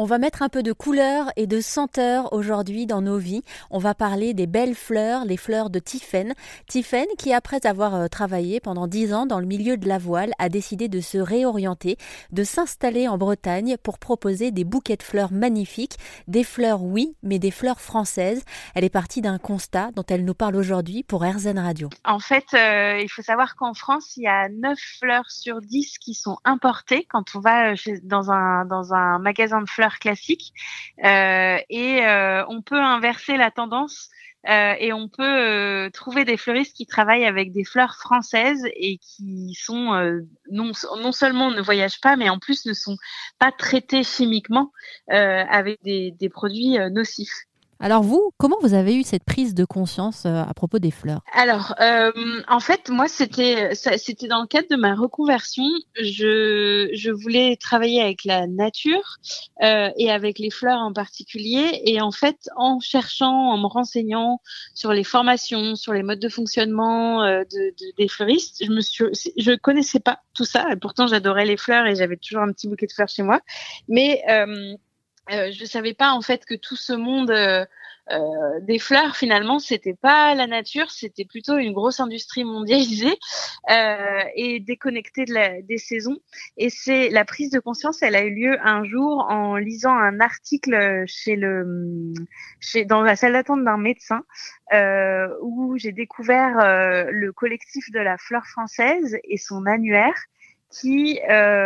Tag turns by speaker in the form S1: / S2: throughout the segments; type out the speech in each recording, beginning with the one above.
S1: On va mettre un peu de couleur et de senteur aujourd'hui dans nos vies. On va parler des belles fleurs, les fleurs de Tiffaine. Tiffaine qui, après avoir travaillé pendant 10 ans dans le milieu de la voile, a décidé de se réorienter, de s'installer en Bretagne pour proposer des bouquets de fleurs magnifiques. Des fleurs, oui, mais des fleurs françaises. Elle est partie d'un constat dont elle nous parle aujourd'hui pour RZN Radio.
S2: En fait, il faut savoir qu'en France, il y a 9 fleurs sur 10 qui sont importées quand on va dans un magasin de fleurs classique. On peut inverser la tendance et on peut trouver des fleuristes qui travaillent avec des fleurs françaises et qui sont non seulement ne voyagent pas, mais en plus ne sont pas traités chimiquement avec des produits nocifs.
S1: Alors vous, comment vous avez eu cette prise de conscience à propos des fleurs ?
S2: Alors, en fait, moi, c'était dans le cadre de ma reconversion. Je voulais travailler avec la nature et avec les fleurs en particulier. Et en fait, en cherchant, en me renseignant sur les formations, sur les modes de fonctionnement des fleuristes, je connaissais pas tout ça. Et pourtant, j'adorais les fleurs et j'avais toujours un petit bouquet de fleurs chez moi. Mais je savais pas en fait que tout ce monde des fleurs finalement c'était pas la nature, c'était plutôt une grosse industrie mondialisée et déconnectée des saisons. Et c'est la prise de conscience, elle a eu lieu un jour en lisant un article dans la salle d'attente d'un médecin où j'ai découvert le collectif de la fleur française et son annuaire qui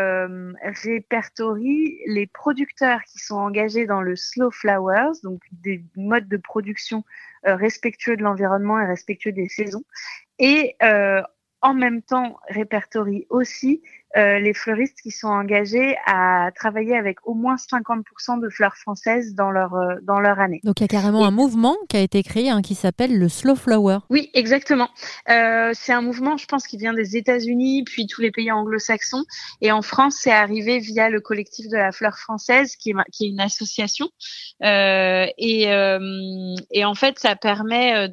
S2: répertorie les producteurs qui sont engagés dans le slow flowers, donc des modes de production respectueux de l'environnement et respectueux des saisons, et en même temps répertorie aussi les fleuristes qui sont engagés à travailler avec au moins 50% de fleurs françaises dans leur année.
S1: Donc il y a carrément un mouvement qui a été créé qui s'appelle le slow flower.
S2: Oui, exactement. C'est un mouvement, je pense, qui vient des États-Unis, puis tous les pays anglo-saxons. Et en France, c'est arrivé via le collectif de la fleur française, qui est une association. Et en fait, ça permet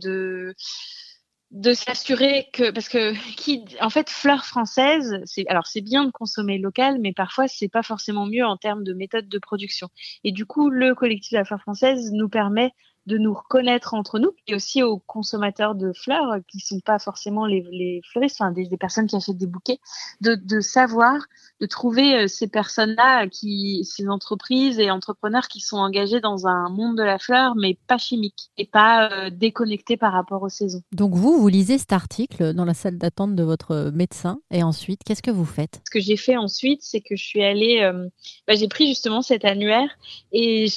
S2: de s'assurer que, parce que en fait, fleurs françaises, c'est bien de consommer local, mais parfois c'est pas forcément mieux en termes de méthode de production. Et du coup, le collectif de la fleur française nous permet de nous reconnaître entre nous et aussi aux consommateurs de fleurs qui sont pas forcément les fleuristes, enfin des personnes qui achètent des bouquets, de savoir, de trouver ces personnes-là, ces entreprises et entrepreneurs qui sont engagés dans un monde de la fleur, mais pas chimique et pas déconnectés par rapport aux saisons.
S1: Donc vous lisez cet article dans la salle d'attente de votre médecin et ensuite, qu'est-ce que vous faites ?
S2: Ce que j'ai fait ensuite, c'est que je suis allée, j'ai pris justement cet annuaire et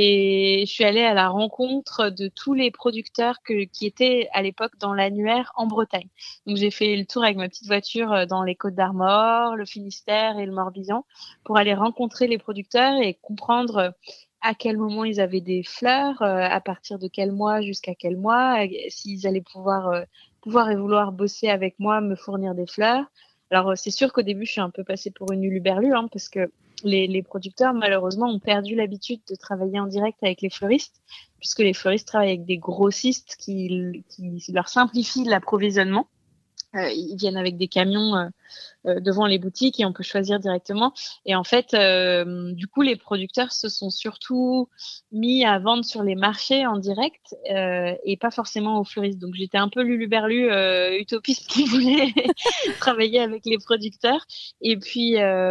S2: je suis allée à la rencontre de tous les producteurs qui étaient à l'époque dans l'annuaire en Bretagne. Donc j'ai fait le tour avec ma petite voiture dans les Côtes-d'Armor, le Finistère et le Morbihan pour aller rencontrer les producteurs et comprendre à quel moment ils avaient des fleurs, à partir de quel mois jusqu'à quel mois, s'ils allaient pouvoir et vouloir bosser avec moi, me fournir des fleurs. Alors c'est sûr qu'au début je suis un peu passée pour une huluberlue parce que les producteurs, malheureusement, ont perdu l'habitude de travailler en direct avec les fleuristes, puisque les fleuristes travaillent avec des grossistes qui leur simplifient l'approvisionnement. Ils viennent avec des camions devant les boutiques et on peut choisir directement. Et en fait, du coup, les producteurs se sont surtout mis à vendre sur les marchés en direct et pas forcément aux fleuristes. Donc, j'étais un peu luluberlu utopiste qui voulait travailler avec les producteurs. Et puis,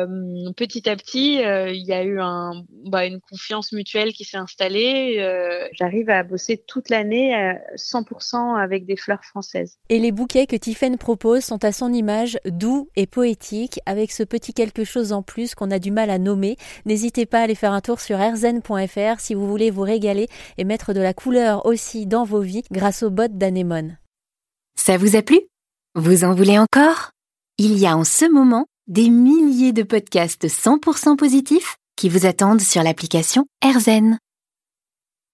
S2: petit à petit, il y a eu une confiance mutuelle qui s'est installée. J'arrive à bosser toute l'année 100% avec des fleurs françaises.
S1: Et les bouquets que Tiffaine propose sont à son image doux et poétiques, avec ce petit quelque chose en plus qu'on a du mal à nommer. N'hésitez pas à aller faire un tour sur rzn.fr si vous voulez vous régaler et mettre de la couleur aussi dans vos vies grâce aux bottes d'Anémone.
S3: Ça vous a plu ? Vous en voulez encore ? Il y a en ce moment des milliers de podcasts 100% positifs qui vous attendent sur l'application RZN.